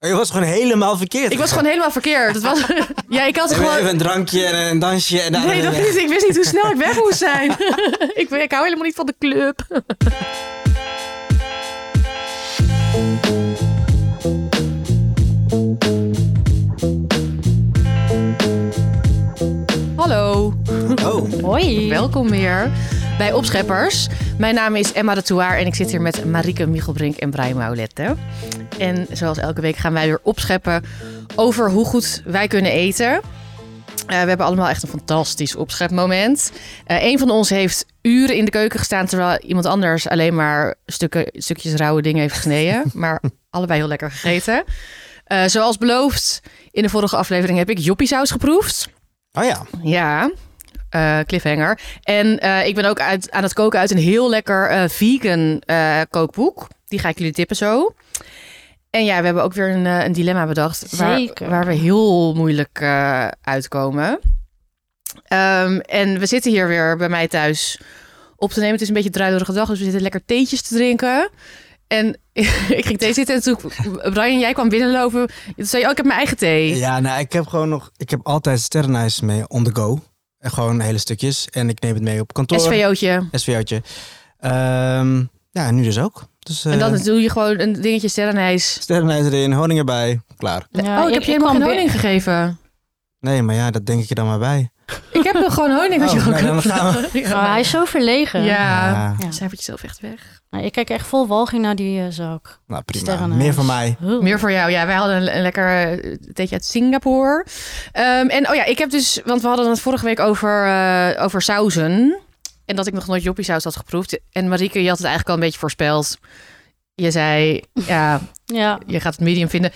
Je was gewoon helemaal verkeerd. Ik was gewoon helemaal verkeerd. Het was, ik had gewoon... Even een drankje en een dansje. En nee, dat niet. Ik wist niet hoe snel ik weg moest zijn. Ik hou helemaal niet van de club. Hallo. Hoi. Welkom weer bij Opscheppers. Mijn naam is Emma de Touaar en ik zit hier met Marieke Michelbrink en Brian Maulette. En zoals elke week gaan wij weer opscheppen over hoe goed wij kunnen eten. We hebben allemaal echt een fantastisch opschepmoment. Een van ons heeft uren in de keuken gestaan, terwijl iemand anders alleen maar stukjes rauwe dingen heeft gesneden. Maar allebei heel lekker gegeten. Zoals beloofd in de vorige aflevering heb ik joppiesaus geproefd. Oh ja. Ja, cliffhanger. En ik ben ook aan het koken uit een heel lekker vegan kookboek. Die ga ik jullie tippen zo. En ja, we hebben ook weer een dilemma bedacht. Waar we heel moeilijk uitkomen. En we zitten hier weer bij mij thuis op te nemen. Het is een beetje een druilerige dag, dus we zitten lekker theetjes te drinken. En ik ging thee zitten en toen, Brian, jij kwam binnenlopen. Toen zei je, ik heb mijn eigen thee. Ja, nou, ik heb altijd sterrenijs mee on the go. En gewoon hele stukjes. En ik neem het mee op kantoor. SVO'tje. Ja, nu dus ook. Dus, en dan doe je gewoon een dingetje sterrenijs. Sterrenijs erin, honing erbij. Klaar. Ja, ik heb je helemaal geen honing gegeven. Nee, maar ja, dat denk ik je dan maar bij. Ik heb nog gewoon honing. Hij is zo verlegen. Ja. Cijfertje zelf echt weg. Ik kijk echt vol walging naar die zak. Nou, prima. Meer voor mij. Meer voor jou. Ja, wij hadden een lekker theetje uit Singapore. Ik heb dus... Want we hadden het vorige week over sauzen. En dat ik nog nooit joppiesaus had geproefd. En Marieke, je had het eigenlijk al een beetje voorspeld. Je zei, je gaat het medium vinden.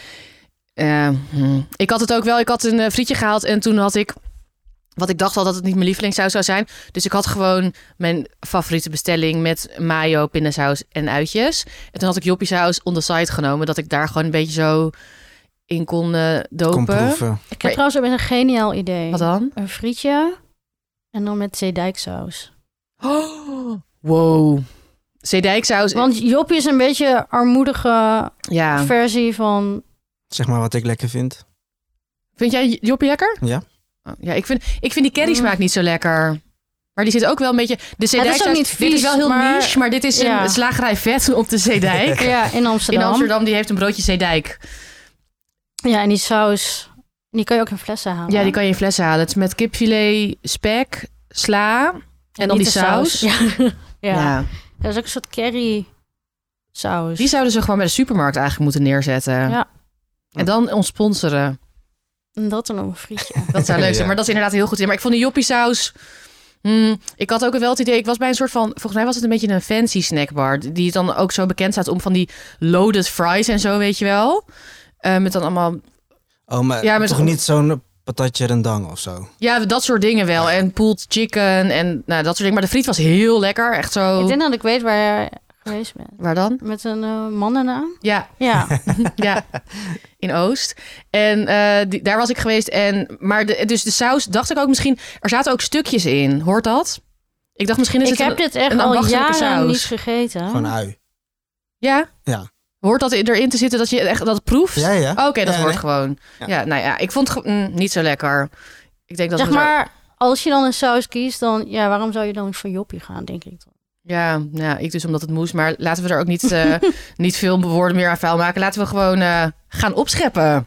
Ik had het ook wel. Ik had een frietje gehaald en toen had ik... Want ik dacht al dat het niet mijn lievelingssaus zou zijn. Dus ik had gewoon mijn favoriete bestelling met mayo, pindasaus en uitjes. En toen had ik joppiesaus on the side genomen. Dat ik daar gewoon een beetje zo in kon dopen. Ik heb trouwens ook een geniaal idee. Wat dan? Een frietje en dan met zeedijksaus. Oh, wow. Zeedijksaus. Want joppie is een beetje armoedige versie van... Zeg maar wat ik lekker vind. Vind jij joppie lekker? Ja. Ja, ik vind die curry smaak niet zo lekker. Maar die zit ook wel een beetje... De Zeedijksaus, dit is wel heel niche, maar dit is een slagerij vet op de Zeedijk. Ja, in Amsterdam. In Amsterdam, die heeft een broodje Zeedijk. Ja, en die saus, die kan je ook in flessen halen. Ja, die kan je in flessen halen. Het is met kipfilet, spek, sla en dan die saus. Ja. Dat is ook een soort curry saus. Die zouden ze gewoon bij de supermarkt eigenlijk moeten neerzetten. Ja. En dan ons sponsoren. En dat dan nog een frietje. Dat zou leuk zijn, maar dat is inderdaad heel goed. Maar ik vond de joppiesaus... ik had ook wel het idee... Ik was bij een soort van... Volgens mij was het een beetje een fancy snackbar. Die dan ook zo bekend staat om van die loaded fries en zo, weet je wel. Met dan allemaal... Oh, maar toch niet zo'n patatje rendang of zo? Ja, dat soort dingen wel. En pulled chicken en dat soort dingen. Maar de friet was heel lekker. Echt zo... Ik denk dat ik weet waar jij geweest bent. Waar dan? Met een mannennaam? Ja. Ja. In Oost. En daar was ik geweest. Maar de saus dacht ik ook misschien... Er zaten ook stukjes in. Hoort dat? Ik dacht misschien is ik heb dit echt al jaren niet gegeten. Gewoon ui. Ja? Ja. Hoort dat erin te zitten dat je echt dat proeft? Ja. Oké, dat hoort gewoon. Ja, ik vond het niet zo lekker. Ik denk dat als je dan een saus kiest, dan... Ja, waarom zou je dan voor joppie gaan, denk ik dan? Ja, ik dus omdat het moest. Maar laten we er ook niet veel woorden meer aan vuil maken. Laten we gewoon gaan opscheppen.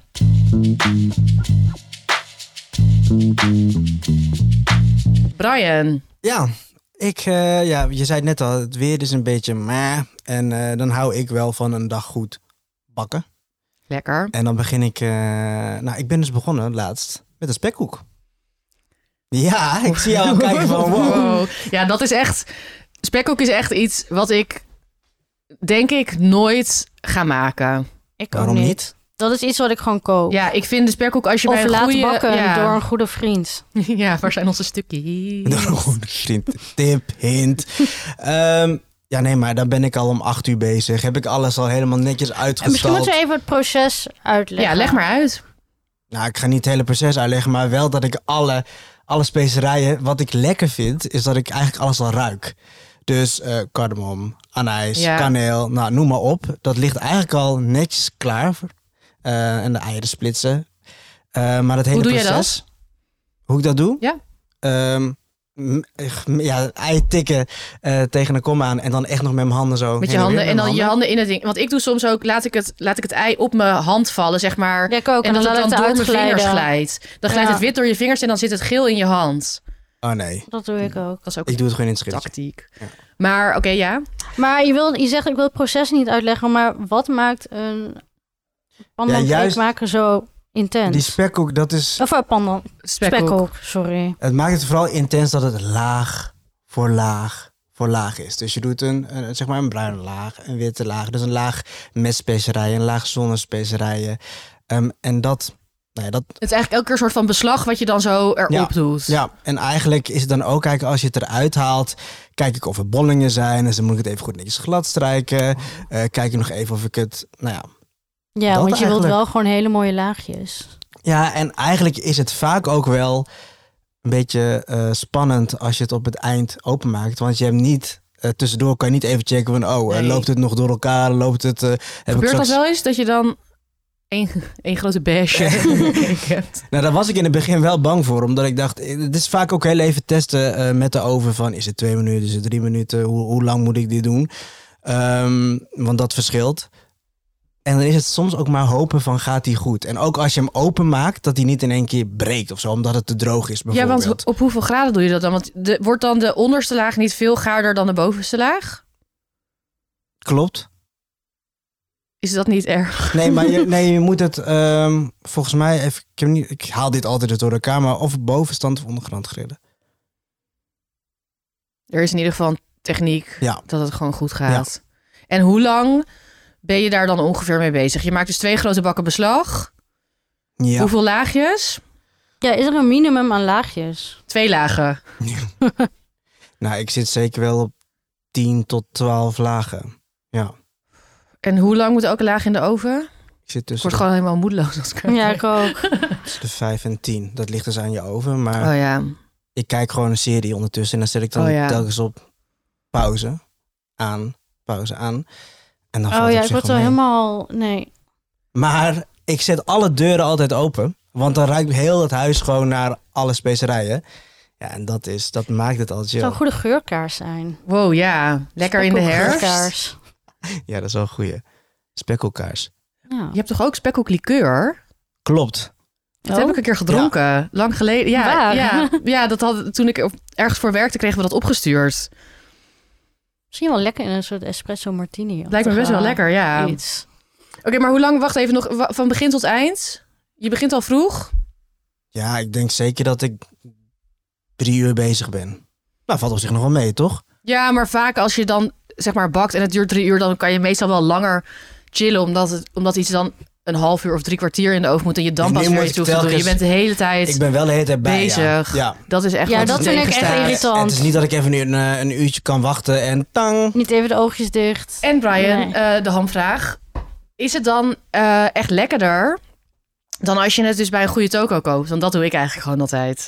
Brian. Ja, je zei het net al. Het weer is een beetje meh. En dan hou ik wel van een dag goed bakken. Lekker. En dan begin ik... ik ben dus begonnen laatst met een spekkoek. Ja, ik zie jou al kijken van wow. Ja, dat is echt... Spekkoek is echt iets wat ik, denk ik, nooit ga maken. Waarom niet? Dat is iets wat ik gewoon koop. Ja, ik vind de spekkoek als je of bij een laten bakken door een goede vriend. Ja, waar zijn onze stukjes? Door een goede vriend. Tip, hint. Maar dan ben ik al om 8:00 bezig. Heb ik alles al helemaal netjes uitgestald. Misschien moeten we even het proces uitleggen. Ja, leg maar uit. Nou, ik ga niet het hele proces uitleggen, maar wel dat ik alle specerijen... Wat ik lekker vind, is dat ik eigenlijk alles al ruik. Dus cardamom, anijs, kaneel, noem maar op. Dat ligt eigenlijk al netjes klaar. En de eieren splitsen. Maar het hele Hoe doe proces... jij dat? Hoe ik dat doe? Ja. Ei tikken tegen een kom aan en dan echt nog met mijn handen zo. Met je handen en dan je handen in het ding. Want ik doe soms ook, laat ik het ei op mijn hand vallen, zeg maar. Ja, ik ook. En dat het dan door mijn vingers glijdt. Dan glijdt Ja. het wit door je vingers en dan zit het geel in je hand. Oh nee. Dat doe ik ook. Dat is ook Ik doe het gewoon in het schriftje. tactiek. Ja. Maar oké, ja. Maar je zegt, ik wil het proces niet uitleggen, maar wat maakt een pandankoek maken zo intens? Die spekkoek, dat is... Of spekkoek, sorry. Het maakt het vooral intens dat het laag voor laag is. Dus je doet zeg maar een bruine laag, een witte laag. Dus een laag met specerijen, een laag zonder specerijen. En dat... Het is eigenlijk elke keer een soort van beslag wat je dan zo erop doet. Ja, en eigenlijk is het dan ook kijken als je het eruit haalt. Kijk ik of er bollingen zijn. Dus dan moet ik het even goed netjes glad strijken. Kijk ik nog even of ik het... Ja, want je wilt wel gewoon hele mooie laagjes. Ja, en eigenlijk is het vaak ook wel een beetje spannend als je het op het eind openmaakt. Want je hebt niet... tussendoor kan je niet even checken van... loopt het nog door elkaar? Loopt het... Gebeurt dat wel eens dat je dan... Eén grote beige hebt. Nou, daar was ik in het begin wel bang voor. Omdat ik dacht, het is vaak ook heel even testen met de oven. Van, is het 2 minuten, is het 3 minuten? Hoe lang moet ik dit doen? Want dat verschilt. En dan is het soms ook maar hopen van, gaat die goed? En ook als je hem openmaakt, dat hij niet in één keer breekt of zo. Omdat het te droog is bijvoorbeeld. Ja, want op hoeveel graden doe je dat dan? Want wordt dan de onderste laag niet veel gaarder dan de bovenste laag? Klopt. Is dat niet erg? Nee, maar je moet het volgens mij even... Ik haal dit altijd door elkaar, maar of bovenstand of ondergrond grillen. Er is in ieder geval een techniek dat het gewoon goed gaat. Ja. En hoe lang ben je daar dan ongeveer mee bezig? Je maakt dus 2 grote bakken beslag. Ja. Hoeveel laagjes? Ja, is er een minimum aan laagjes? 2 lagen. Ja. Nou, ik zit zeker wel op 10 tot 12 lagen. Ja. En hoe lang moet elke laag in de oven? Ik word gewoon helemaal moedeloos. Als ik ook. De 5 en 10. Dat ligt dus aan je oven. Maar ik kijk gewoon een serie ondertussen. En dan zet ik dan telkens op pauze. Aan. En dan valt ik word zo helemaal... Nee. Maar ik zet alle deuren altijd open. Want dan ruikt heel het huis gewoon naar alle specerijen. Ja, en dat maakt het altijd chill. Het zou een goede geurkaars zijn. Wow, ja. Lekker in de herfst. Ja, dat is wel een goeie. Spekkoekkaars. Ja. Je hebt toch ook spekkoeklikeur? Klopt. Dat heb ik een keer gedronken. Lang geleden. Ja, dat toen ik ergens voor werkte, kregen we dat opgestuurd. Misschien wel lekker in een soort espresso martini. Lijkt me best wel lekker, ja. Oké, maar hoe lang? Wacht even nog. Van begin tot eind? Je begint al vroeg? Ja, ik denk zeker dat ik 3 uur bezig ben. Nou, valt op zich nog wel mee, toch? Ja, maar vaak als je dan zeg maar bakt en het duurt 3 uur, dan kan je meestal wel langer chillen, omdat iets dan een half uur of 3 kwartier in de oven moet en je dan pas weer iets hoeft te doen. Je bent de hele tijd. Ik ben wel de hele tijd bij bezig. Ja. Dat is echt. Ja, dat vind ik echt irritant. Het is niet dat ik even een uurtje kan wachten en tang. Niet even de oogjes dicht. En Brian, de hamvraag: is het dan echt lekkerder dan als je het dus bij een goede toko koopt? Want dat doe ik eigenlijk gewoon altijd.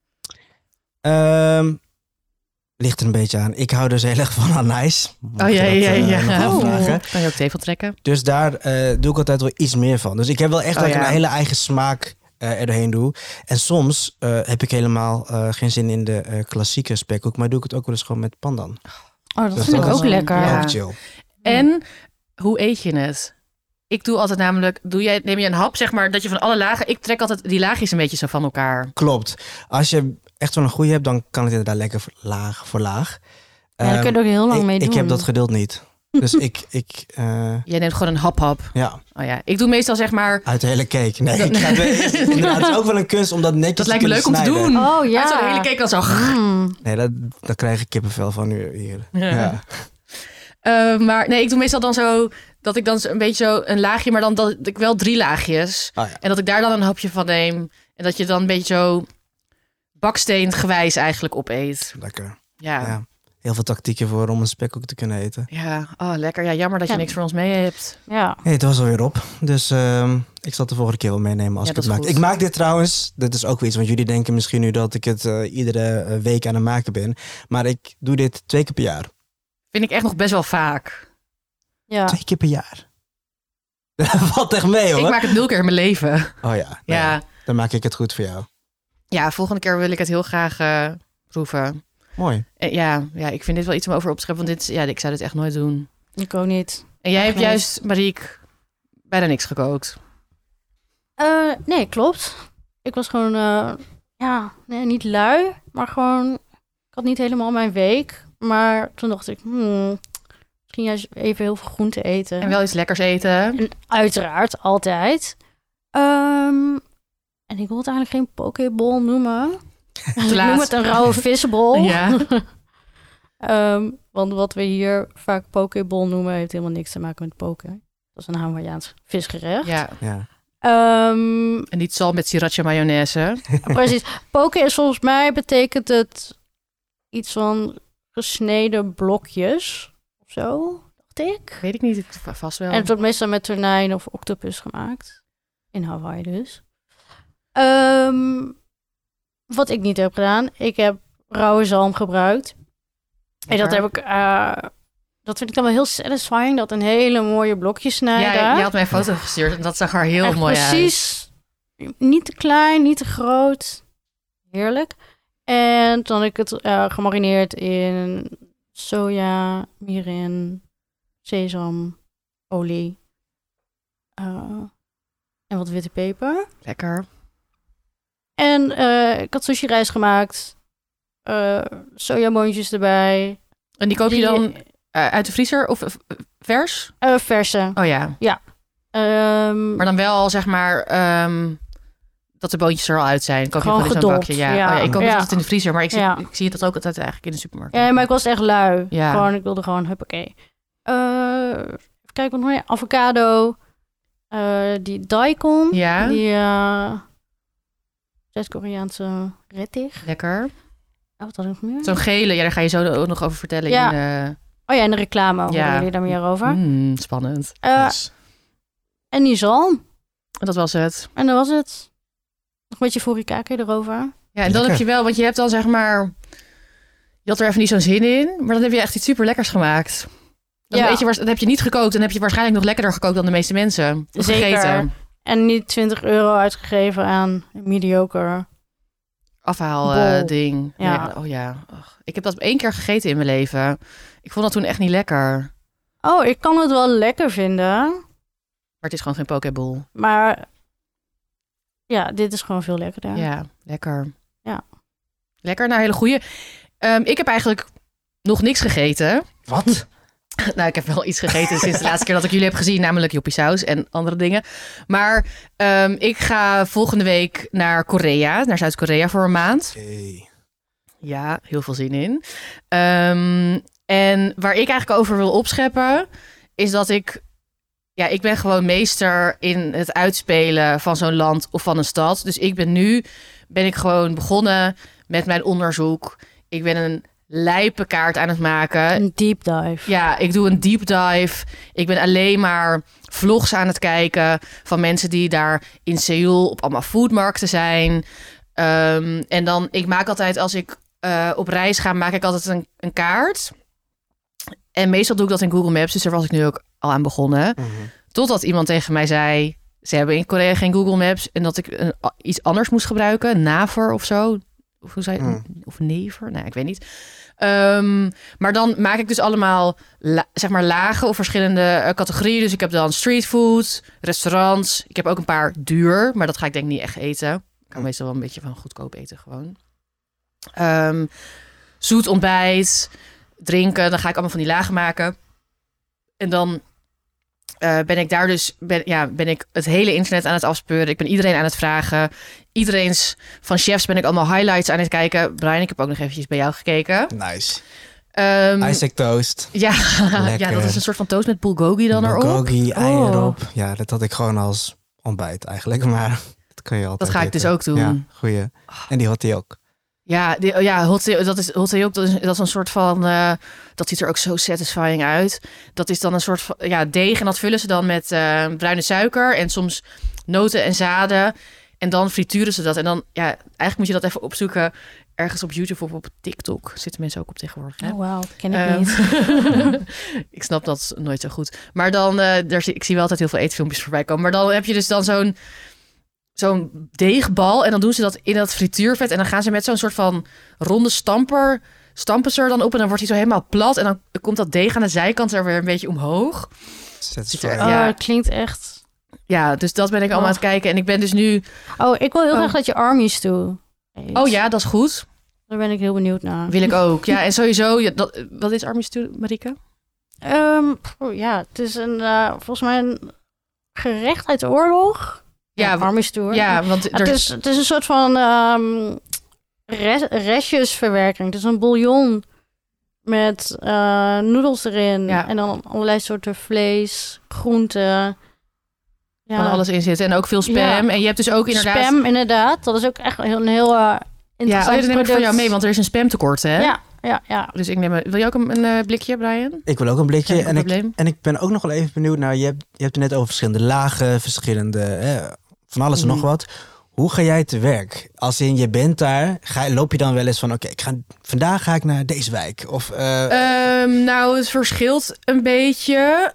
Ligt er een beetje aan. Ik hou dus heel erg van anijs. Ja. Kan je ook thee van trekken? Dus daar doe ik altijd wel iets meer van. Dus ik heb wel echt dat ik een hele eigen smaak er doorheen doe. En soms heb ik helemaal geen zin in de klassieke spekkoek. Maar doe ik het ook wel eens gewoon met pandan. Oh, dat vind ik ook lekker. Ja. Ook chill. En hoe eet je het? Ik doe altijd namelijk, neem je een hap, zeg maar, dat je van alle lagen... Ik trek altijd die laagjes een beetje zo van elkaar. Klopt. Als je echt zo'n goede hebt, dan kan het inderdaad lekker laag voor laag. Ja, daar kun je er ook heel lang mee doen. Ik heb dat geduld niet. Dus Jij neemt gewoon een hap. Ja. Oh ja. Ik doe meestal zeg maar... Uit de hele cake. Nee, inderdaad, het is ook wel een kunst om dat netjes dat lijkt me leuk om te doen. Oh ja. Uit zo'n hele cake dan zo... Nee, daar krijg ik kippenvel van hier. Ja. Maar nee, ik doe meestal dan zo... Dat ik dan een beetje zo een laagje... Maar dan dat ik wel 3 laagjes. Oh ja. En dat ik daar dan een hapje van neem. En dat je dan een beetje zo... baksteentgewijs eigenlijk opeet. Lekker. Ja. Heel veel tactieken voor om een spekkoek te kunnen eten. Ja, lekker. Ja, jammer dat je niks voor ons mee hebt. Ja. Hey, het was alweer op. Dus ik zal het de volgende keer wel meenemen als ik het maak. Goed. Ik maak dit trouwens, dat is ook iets, want jullie denken misschien nu dat ik het iedere week aan het maken ben. Maar ik doe dit 2 keer per jaar. Vind ik echt nog best wel vaak. Ja. 2 keer per jaar. Dat valt echt mee, hoor. Ik maak het 0 keer in mijn leven. Oh ja. Ja. Dan maak ik het goed voor jou. Ja, volgende keer wil ik het heel graag proeven. Mooi. Ja, ik vind dit wel iets om over op te scheppen. Want ik zou dit echt nooit doen. Ik ook niet. En jij hebt juist, Marieke, bijna niks gekookt. Nee, klopt. Ik was gewoon, niet lui, maar gewoon, ik had niet helemaal mijn week. Maar toen dacht ik, misschien juist even heel veel groente eten. En wel iets lekkers eten. En uiteraard, altijd. En ik wil het eigenlijk geen pokeball noemen. Ik noem het een rauwe visbol. Ja. Want wat we hier vaak pokeball noemen, heeft helemaal niks te maken met poke. Dat is een Hawaiiaans visgerecht. Ja. En niet zalm met sriracha mayonaise. Precies. Poke is volgens mij, betekent het iets van gesneden blokjes of zo, dacht ik. Weet ik niet, vast wel. En het wordt meestal met tonijn of octopus gemaakt. In Hawaii dus. Wat ik niet heb gedaan, ik heb rauwe zalm gebruikt. En dat heb ik... dat vind ik dan wel heel satisfying, dat een hele mooie blokjes snijden. Ja, je had mij een foto gestuurd en dat zag er heel mooi uit. Precies. Niet te klein, niet te groot. Heerlijk. En dan heb ik het gemarineerd in soja, mirin, sesam, olie en wat witte peper. Lekker. En ik had sushi rijst gemaakt. Sojaboontjes erbij. En die koop je dan uit de vriezer of vers? Verse. Oh ja. Ja. Maar dan wel zeg maar dat de boontjes er al uit zijn. Koop je gewoon zo'n bakje. Ja. Ja. Oh ja, ik koop het altijd in de vriezer, maar ik zie dat ook altijd eigenlijk in de supermarkt. Ja, maar ik was echt lui. Ja. Gewoon, ik wilde gewoon, huppakee. Even kijken wat nog meer. Avocado. Die daikon. Ja. Die Zuid-Koreaanse rettich. Lekker. Wat had ik nog meer? Zo'n gele, ja, daar ga je zo ook nog over vertellen. Ja. In, En de reclame. Horen jullie daar meer over? Spannend. En die zalm. En dat was het. En dat was het. Nog een beetje furikake erover. Ja, en dan heb je wel, want je hebt dan zeg maar... Je had er even niet zo'n zin in, maar dan heb je echt iets super lekkers gemaakt. Dan, dan heb je niet gekookt en heb je waarschijnlijk nog lekkerder gekookt dan de meeste mensen. Zeker. Gegeten. En niet €20 uitgegeven aan een mediocre ding. Ja. Oh ja. Och, ik heb dat 1 keer gegeten in mijn leven. Ik vond dat toen echt niet lekker. Oh, ik kan het wel lekker vinden. Maar het is gewoon geen pokeball. Maar ja, dit is gewoon veel lekkerder. Ja, lekker. Ja. Lekker, nou hele goeie. Ik heb eigenlijk nog niks gegeten. Wat? Nou, ik heb wel iets gegeten sinds de laatste keer dat ik jullie heb gezien. Namelijk joppie saus en andere dingen. Maar ik ga volgende week naar Korea. Naar Zuid-Korea voor een maand. Okay. Ja, heel veel zin in. En waar ik eigenlijk over wil opscheppen... is dat ik ben gewoon meester in het uitspelen van zo'n land of van een stad. Dus ben ik gewoon begonnen met mijn onderzoek. Ik ben een lijpe kaart aan het maken. Een deep dive. Ja, ik doe een deep dive. Ik ben alleen maar vlogs aan het kijken van mensen die daar in Seoul op allemaal foodmarkten zijn. En dan, ik maak altijd, als ik op reis ga, maak ik altijd een kaart. En meestal doe ik dat in Google Maps, dus daar was ik nu ook al aan begonnen. Mm-hmm. Totdat iemand tegen mij zei, ze hebben in Korea geen Google Maps en dat ik iets anders moest gebruiken. Naver of zo. Of hoe zei je? Of Never? Nou, ik weet niet. Maar dan maak ik dus allemaal zeg maar lagen of verschillende categorieën. Dus ik heb dan streetfood, restaurants. Ik heb ook een paar duur, maar dat ga ik denk ik niet echt eten. Ik hou meestal wel een beetje van goedkoop eten gewoon. Zoet ontbijt, drinken. Dan ga ik allemaal van die lagen maken. En dan ben ik daar dus ben ik het hele internet aan het afspeuren. Ik ben iedereen aan het vragen. Iedereen's van chefs ben ik allemaal highlights aan het kijken. Brian, ik heb ook nog eventjes bij jou gekeken. Nice. Isaac toast. Ja, dat is een soort van toast met bulgogi dan erop. Bulgogi, ei erop. Ja, dat had ik gewoon als ontbijt eigenlijk. Maar dat kan je altijd Dat ga ik eten. dus ook doen. Ja, goeie. En die hot ook. Ja, hot ook. Dat is een soort van... dat ziet er ook zo satisfying uit. Dat is dan een soort van deeg. En dat vullen ze dan met bruine suiker. En soms noten en zaden. En dan frituren ze dat. En dan, eigenlijk moet je dat even opzoeken. ergens op YouTube of op TikTok zitten mensen ook op tegenwoordig. Hè? Oh, wauw, ken ik niet. Ik snap dat nooit zo goed. Maar dan, ik zie wel altijd heel veel eetfilmpjes voorbij komen. Maar dan heb je dus dan zo'n deegbal. En dan doen ze dat in dat frituurvet. En dan gaan ze met zo'n soort van ronde stampen ze er dan op. En dan wordt hij zo helemaal plat. En dan komt dat deeg aan de zijkant er weer een beetje omhoog. Het klinkt echt... Ja, dus dat ben ik allemaal aan het kijken. En ik ben dus nu... Oh, ik wil heel graag dat je army stew eet. Oh ja, dat is goed. Daar ben ik heel benieuwd naar. Wil ik ook. Ja, en sowieso... wat is army stew, Marieke? Het is volgens mij een gerecht uit de oorlog. Ja, army stew. Ja, want het is een soort van restjesverwerking. Het is een bouillon met noedels erin. Ja. En dan allerlei soorten vlees, groenten... Ja. Van alles in zitten. En ook veel spam. Ja. En je hebt dus ook inderdaad... Spam, inderdaad. Dat is ook echt een heel interessant dat neem ik van jou mee, want er is een spamtekort, hè? Ja. Dus ik neem... Wil je ook een blikje, Brian? Ik wil ook een blikje. En ik ben ook nog wel even benieuwd naar... Je hebt het net over verschillende lagen, verschillende... van alles en nog wat. Hoe ga jij te werk? Als in, je bent daar, loop je dan wel eens van... Oké, vandaag ga ik naar deze wijk? Of, nou, het verschilt een beetje...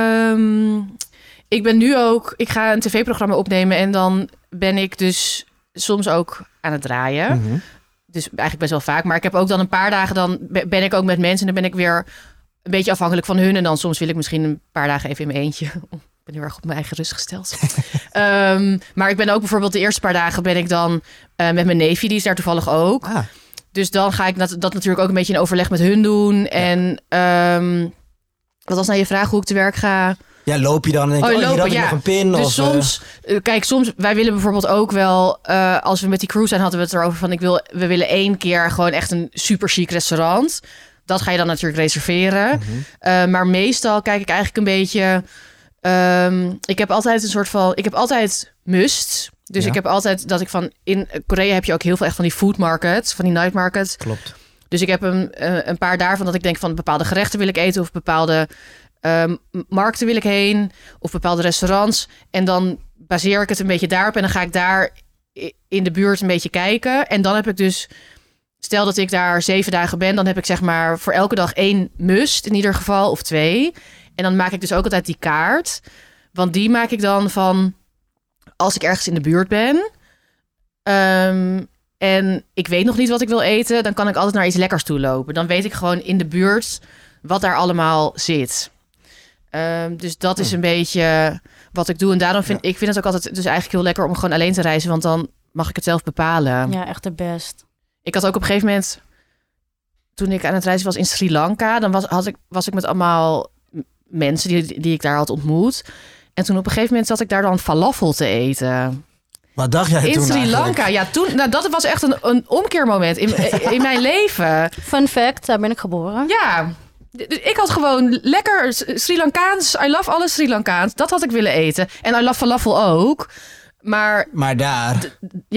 Ik ga een tv-programma opnemen en dan ben ik dus soms ook aan het draaien. Mm-hmm. Dus eigenlijk best wel vaak. Maar ik heb ook dan een paar dagen, dan ben ik ook met mensen en dan ben ik weer een beetje afhankelijk van hun. En dan soms wil ik misschien een paar dagen even in mijn eentje. Ik ben heel erg op mijn eigen rust gesteld. Maar ik ben ook bijvoorbeeld de eerste paar dagen ben ik dan met mijn neefje, die is daar toevallig ook. Ah. Dus dan ga ik dat natuurlijk ook een beetje in overleg met hun doen. Ja. En wat was nou je vraag hoe ik te werk ga? Ja, loop je dan en denk je, hier had ik nog een pin? Dus of, soms, soms, wij willen bijvoorbeeld ook wel, als we met die cruise zijn, hadden we het erover van, we willen 1 keer gewoon echt een super chic restaurant. Dat ga je dan natuurlijk reserveren. Mm-hmm. Maar meestal kijk ik eigenlijk een beetje, ik heb altijd must. Dus ik heb altijd dat in Korea heb je ook heel veel echt van die food markets, van die night markets. Klopt. Dus ik heb een paar daarvan dat ik denk van bepaalde gerechten wil ik eten of bepaalde markten wil ik heen of bepaalde restaurants. En dan baseer ik het een beetje daarop en dan ga ik daar in de buurt een beetje kijken. En dan heb ik dus, stel dat ik daar 7 dagen ben, dan heb ik zeg maar voor elke dag 1 must in ieder geval of 2. En dan maak ik dus ook altijd die kaart. Want die maak ik dan van als ik ergens in de buurt ben. En ik weet nog niet wat ik wil eten, dan kan ik altijd naar iets lekkers toe lopen. Dan weet ik gewoon in de buurt wat daar allemaal zit. Dus dat is een beetje wat ik doe. En daarom vind ik het ook altijd dus eigenlijk heel lekker om gewoon alleen te reizen. Want dan mag ik het zelf bepalen. Ja, echt de best. Ik had ook op een gegeven moment, toen ik aan het reizen was in Sri Lanka, dan was ik met allemaal mensen die ik daar had ontmoet. En toen op een gegeven moment zat ik daar dan falafel te eten. Wat dacht jij in toen Sri Lanka? eigenlijk? Ja, toen. Nou, dat was echt een omkeermoment in mijn leven. Fun fact, daar ben ik geboren. Ja. Ik had gewoon lekker Sri Lankaans. I love alles Sri Lankaans. Dat had ik willen eten. En I love falafel ook. Maar daar...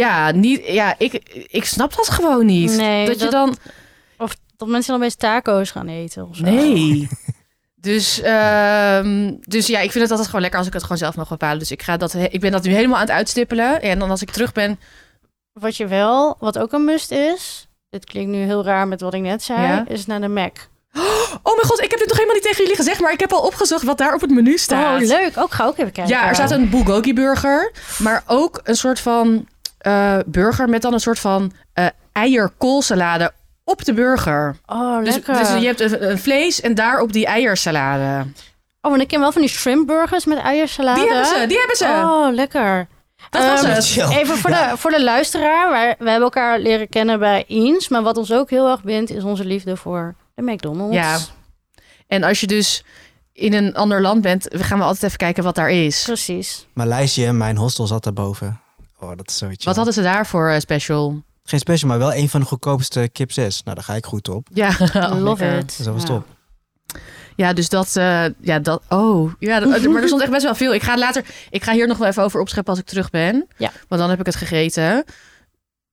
Ik snap dat gewoon niet. Nee, dat je dan... Of dat mensen dan best taco's gaan eten of zo. Nee. Dus ja, ik vind het altijd gewoon lekker als ik het gewoon zelf mag bepalen. Dus ik ben dat nu helemaal aan het uitstippelen. En dan als ik terug ben... Wat ook een must is... Dit klinkt nu heel raar met wat ik net zei... is naar de Mac. Oh mijn god, ik heb dit nog helemaal niet tegen jullie gezegd... maar ik heb al opgezocht wat daar op het menu staat. Oh, leuk. Ga ook even kijken. Ja, er staat een bulgogi burger... maar ook een soort van burger... met dan een soort van eierkoolsalade op de burger. Oh, lekker. Dus je hebt een vlees en daarop die eiersalade. Oh, en ik ken wel van die shrimpburgers met eiersalade. Die hebben ze. Oh, lekker. Dat was het. Even voor de luisteraar. We hebben elkaar leren kennen bij Eens. Maar wat ons ook heel erg bindt, is onze liefde voor de McDonald's. Ja. En als je dus in een ander land bent, gaan we altijd even kijken wat daar is. Precies. Maleisië, mijn hostel zat daarboven. Oh, dat is zoiets. Wat hadden ze daar voor special? Geen special, maar wel een van de goedkoopste kip 6. Nou, daar ga ik goed op. Ja, love it. Dat was top. Ja, dus dat... maar er stond echt best wel veel. Ik ga hier nog wel even over opscheppen als ik terug ben. Ja. Want dan heb ik het gegeten.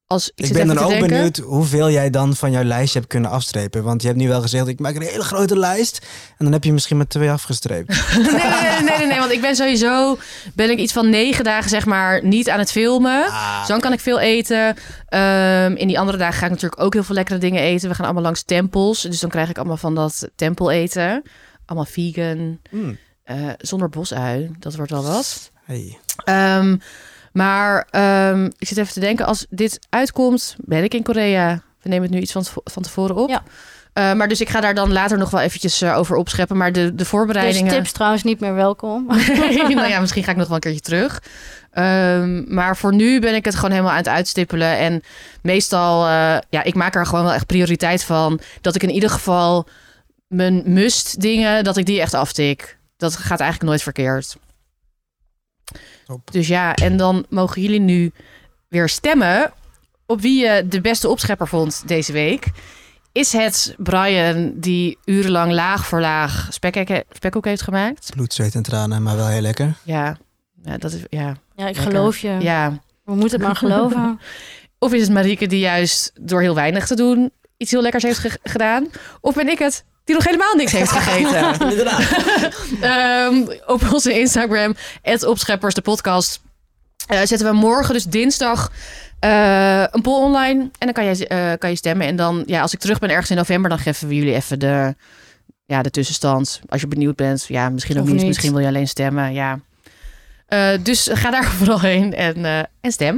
als ik Ik zit ben even dan te ook denken. benieuwd hoeveel jij dan van jouw lijstje hebt kunnen afstrepen. Want je hebt nu wel gezegd, ik maak een hele grote lijst. En dan heb je misschien met 2 afgestreept. Nee, want ik ben sowieso... ben ik iets van 9 dagen, zeg maar, niet aan het filmen. Dus dan kan ik veel eten. In die andere dagen ga ik natuurlijk ook heel veel lekkere dingen eten. We gaan allemaal langs tempels. Dus dan krijg ik allemaal van dat tempeleten. Allemaal vegan. Zonder bosui. Dat wordt wel wat. Hey. Maar ik zit even te denken, als dit uitkomt, ben ik in Korea. We nemen het nu iets van tevoren op. Ja. Maar dus ik ga daar dan later nog wel eventjes over opscheppen. Maar de voorbereidingen... Deze tips trouwens niet meer welkom. Nou ja, misschien ga ik nog wel een keertje terug. Maar voor nu ben ik het gewoon helemaal aan het uitstippelen. En meestal, ik maak er gewoon wel echt prioriteit van. Dat ik in ieder geval mijn must dingen, dat ik die echt aftik. Dat gaat eigenlijk nooit verkeerd. Top. Dus ja, en dan mogen jullie nu weer stemmen op wie je de beste opschepper vond deze week. Is het Brian die urenlang laag voor laag spekkoek heeft gemaakt? Bloed, zweet en tranen, maar wel heel lekker. Ja, dat is Ja, ik lekker. geloof je. Ja. We moeten het maar geloven. Of is het Marieke die juist door heel weinig te doen iets heel lekkers heeft gedaan? Of ben ik het die nog helemaal niks heeft gegeten? Op onze Instagram, @opscheppers de podcast, zetten we morgen, dus dinsdag, een poll online. En dan kan je stemmen. En dan, als ik terug ben ergens in november, dan geven we jullie even de tussenstand. Als je benieuwd bent. Ja, misschien ook niet. Misschien wil je alleen stemmen. Ja. Dus ga daar vooral heen en stem.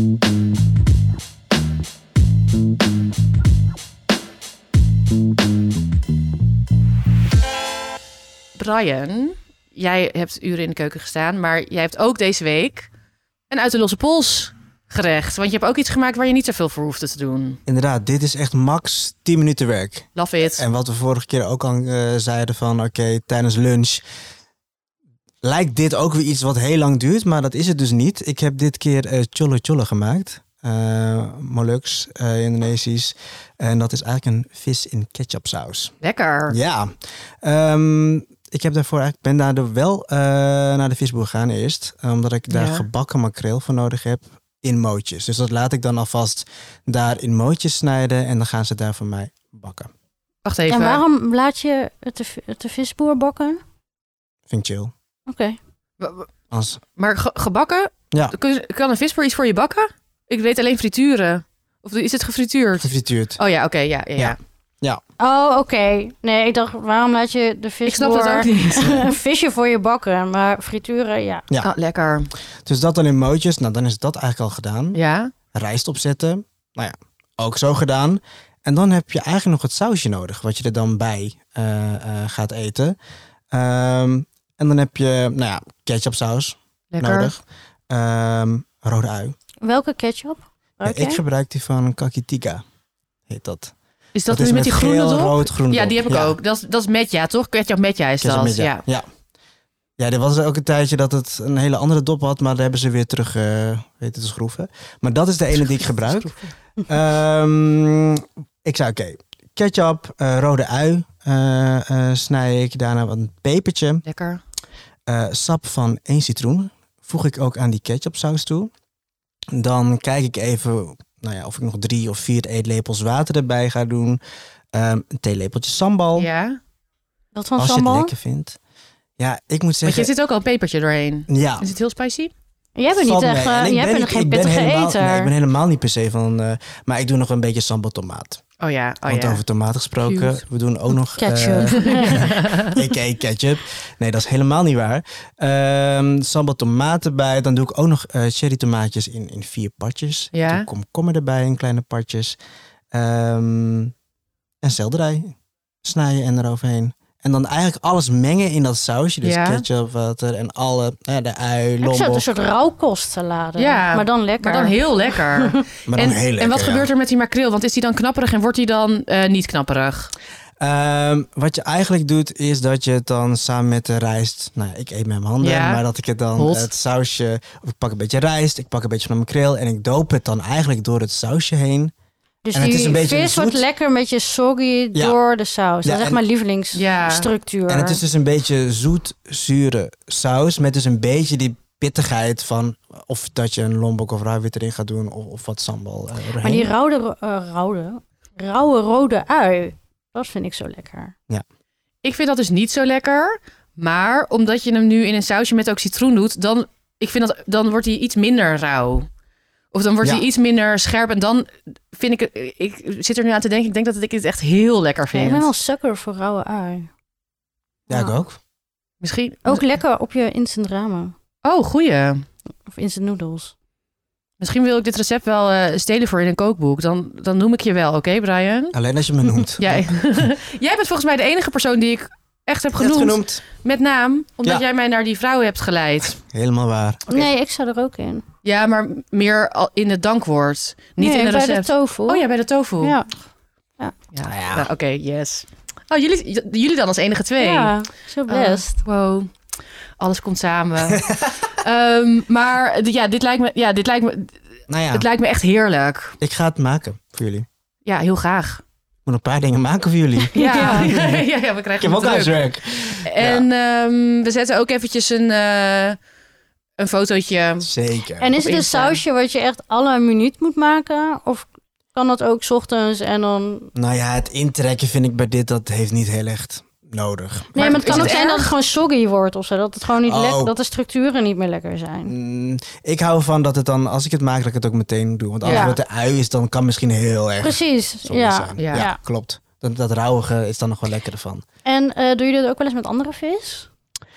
Brian, jij hebt uren in de keuken gestaan, maar jij hebt ook deze week een uit de losse pols gerecht. Want je hebt ook iets gemaakt waar je niet zoveel voor hoefde te doen. Inderdaad, dit is echt max 10 minuten werk. Love it. En wat we vorige keer ook al zeiden van oké, tijdens lunch lijkt dit ook weer iets wat heel lang duurt, maar dat is het dus niet. Ik heb dit keer cholle cholle gemaakt. Moluks, Indonesisch. En dat is eigenlijk een vis in ketchupsaus. Lekker. Ja. Ik heb ben daar wel naar de visboer gegaan eerst. Omdat ik daar gebakken makreel voor nodig heb in mootjes. Dus dat laat ik dan alvast daar in mootjes snijden. En dan gaan ze daar voor mij bakken. Wacht even. En waarom laat je het de visboer bakken? Vind ik chill. Oké. Maar gebakken? Ja. Kan een visboer iets voor je bakken? Ik weet alleen frituren. Of is het gefrituurd? Gefrituurd. Oh ja, oké. Ja. Oh, oké. Nee, ik dacht, waarom laat je de visboer... Ik snap dat ook niet. een visje voor je bakken, maar frituren, ja. Oh, lekker. Dus dat dan in mootjes. Nou, dan is dat eigenlijk al gedaan. Ja. Rijst opzetten. Nou ja, ook zo gedaan. En dan heb je eigenlijk nog het sausje nodig. Wat je er dan bij gaat eten. En dan heb je, ketchupsaus Lekker. nodig. Rode ui. Welke ketchup? Ja, ik gebruik die van Kakitika. Heet dat. Is dat is nu met die groene geel, dop? rood, groen Ja, dop. die heb ik ook. Dat is metja, toch? Ketchup metja is Ketchup dat. met ja. Ja, er was ook een tijdje dat het een hele andere dop had, maar daar hebben ze weer terug weten te schroeven. Maar dat is de ene die ik gebruik. Ik zei ketchup, rode ui snij ik, daarna wat een pepertje. Lekker. Sap van 1 citroen voeg ik ook aan die ketchupsaus toe. Dan kijk ik even of ik nog 3 of 4 eetlepels water erbij ga doen. Een theelepeltje sambal. Ja. Wat van als sambal? je het lekker vindt. Ja, ik moet zeggen... Want je zit ook al een pepertje doorheen. Ja. Is het heel spicy? Jij bent niet echt, jij bent geen pittige eter. Nee, ik ben helemaal niet per se van... maar ik doe nog een beetje sambal tomaat. Oh ja. Want over tomaten gesproken, Cute. we doen ook nog... Ketchup. ketchup. Nee, dat is helemaal niet waar. Sambal tomaten bij. Dan doe ik ook nog cherry tomaatjes in 4 partjes. Ja. Doe komkommer erbij in kleine partjes. En selderij snijden en eroverheen. En dan eigenlijk alles mengen in dat sausje. Dus ketchup, water en alle... de ui, lombok. Een soort rauwkostsalade. Ja, maar dan lekker. Maar dan heel lekker. Maar dan heel lekker, en wat gebeurt er met die makreel? Want is die dan knapperig en wordt die dan niet knapperig? Wat je eigenlijk doet, is dat je het dan samen met de rijst... Nou, ik eet met mijn handen, maar dat ik het dan het sausje... Of ik pak een beetje rijst, ik pak een beetje van de makreel... en ik doop het dan eigenlijk door het sausje heen... Dus en het die is een beetje vis wordt lekker een beetje soggy door de saus. Dat is echt mijn lievelingsstructuur. En het is dus een beetje zoet-zure saus... met dus een beetje die pittigheid van of dat je een lombok of rauwwit erin gaat doen of wat sambal erheen. Maar die rauwe rode ui, dat vind ik zo lekker. Ik vind dat dus niet zo lekker. Maar omdat je hem nu in een sausje met ook citroen doet, dan wordt hij iets minder rauw. Of dan wordt hij iets minder scherp. En dan vind ik zit er nu aan te denken, ik denk dat ik het echt heel lekker vind. Ik ben wel sukker voor rauwe ui. Ja, ik ook. Misschien Ook lekker op je instant ramen. Oh, goeie. Of instant noodles. Misschien wil ik dit recept wel stelen voor in een kookboek. Dan noem ik je wel, oké, Brian? Alleen als je me noemt. Jij bent volgens mij de enige persoon die ik echt heb genoemd. Met naam, omdat jij mij naar die vrouw hebt geleid. Helemaal waar. Okay. Nee, ik sta er ook in. Ja, maar meer al in het dankwoord. Niet in het recept. Bij de tofu. Oh ja, bij de tofu. Ja. Nou, oké, yes. Oh, jullie dan als enige twee? Ja, zo best. Wow. Alles komt samen. Maar dit lijkt me... Nou ja. Het lijkt me echt heerlijk. Ik ga het maken voor jullie. Ja, heel graag. Ik moet een paar dingen maken voor jullie. Ja, we krijgen Ik heb ook huiswerk. En we zetten ook eventjes een fotootje. Zeker. En is het een sausje wat je echt alle minuut moet maken? Of kan dat ook 's ochtends en dan... Nou ja, het intrekken vind ik bij dit, dat heeft niet heel echt nodig. Nee, maar het kan ook zijn erg? dat het gewoon soggy wordt of zo. Dat het gewoon niet lekker, dat de structuren niet meer lekker zijn. Ik hou ervan dat het dan, als ik het maak, dat ik het ook meteen doe. Want als het met de ui is, dan kan misschien heel erg precies, zijn. Ja. Ja, klopt. Dat rauwige is dan nog wel lekkerder van. En doen jullie dat ook wel eens met andere vis?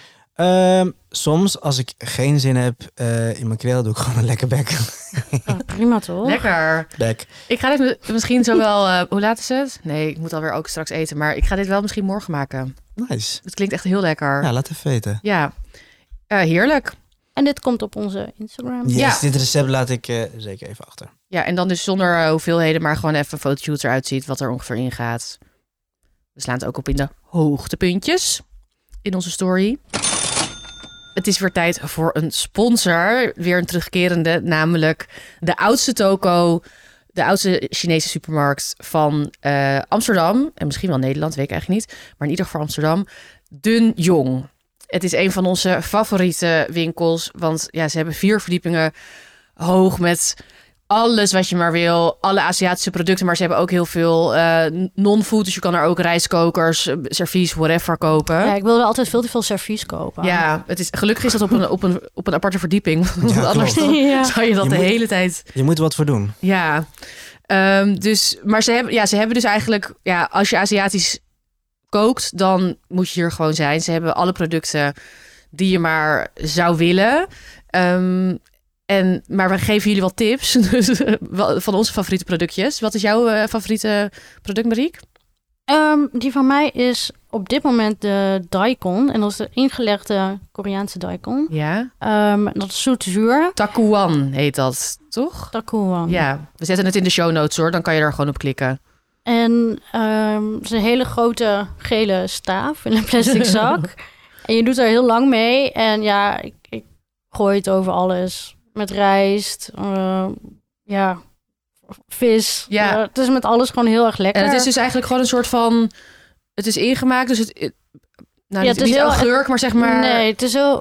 Soms, als ik geen zin heb in mijn kreel, doe ik gewoon een lekker bek. Oh, prima toch? Lekker. Bek. Ik ga dit misschien zo wel... hoe laat is het? Nee, ik moet alweer ook straks eten. Maar ik ga dit wel misschien morgen maken. Nice. Het klinkt echt heel lekker. Ja, laat even weten. Ja. Heerlijk. En dit komt op onze Instagram. Yes, Ja. dit recept laat ik zeker even achter. Ja, en dan dus zonder hoeveelheden, maar gewoon even een fotoshoot eruit ziet wat er ongeveer in gaat. We slaan het ook op in de hoogtepuntjes in onze story. Het is weer tijd voor een sponsor. Weer een terugkerende, namelijk de oudste toko, de oudste Chinese supermarkt van Amsterdam. En misschien wel Nederland, weet ik eigenlijk niet. Maar in ieder geval Amsterdam. Dun Jong. Het is een van onze favoriete winkels. Want ja, ze hebben 4 verdiepingen hoog met alles wat je maar wil. Alle Aziatische producten. Maar ze hebben ook heel veel non-food. Dus je kan er ook rijstkokers, servies, whatever kopen. Ja, ik wilde altijd veel te veel servies kopen. Ja, gelukkig is dat op een aparte verdieping. Want Ja, anders klopt. zou je dat de hele tijd... Je moet er wat voor doen. Ja. Maar ze hebben dus eigenlijk... Ja, als je Aziatisch kookt, dan moet je hier gewoon zijn. Ze hebben alle producten die je maar zou willen. Maar we geven jullie wat tips dus, van onze favoriete productjes. Wat is jouw favoriete product, Marieke? Die van mij is op dit moment de daikon. En dat is de ingelegde Koreaanse daikon. Ja. Dat is zoet-zuur. Takuan heet dat, toch? Takuan. Ja, we zetten het in de show notes hoor. Dan kan je er gewoon op klikken. En het is een hele grote gele staaf in een plastic zak. En je doet er heel lang mee. En ja, ik gooi het over alles. Met rijst, vis. Ja. Het is met alles gewoon heel erg lekker. En het is dus eigenlijk gewoon een soort van... Het is ingemaakt, dus het is niet heel augurk, maar zeg maar... Nee,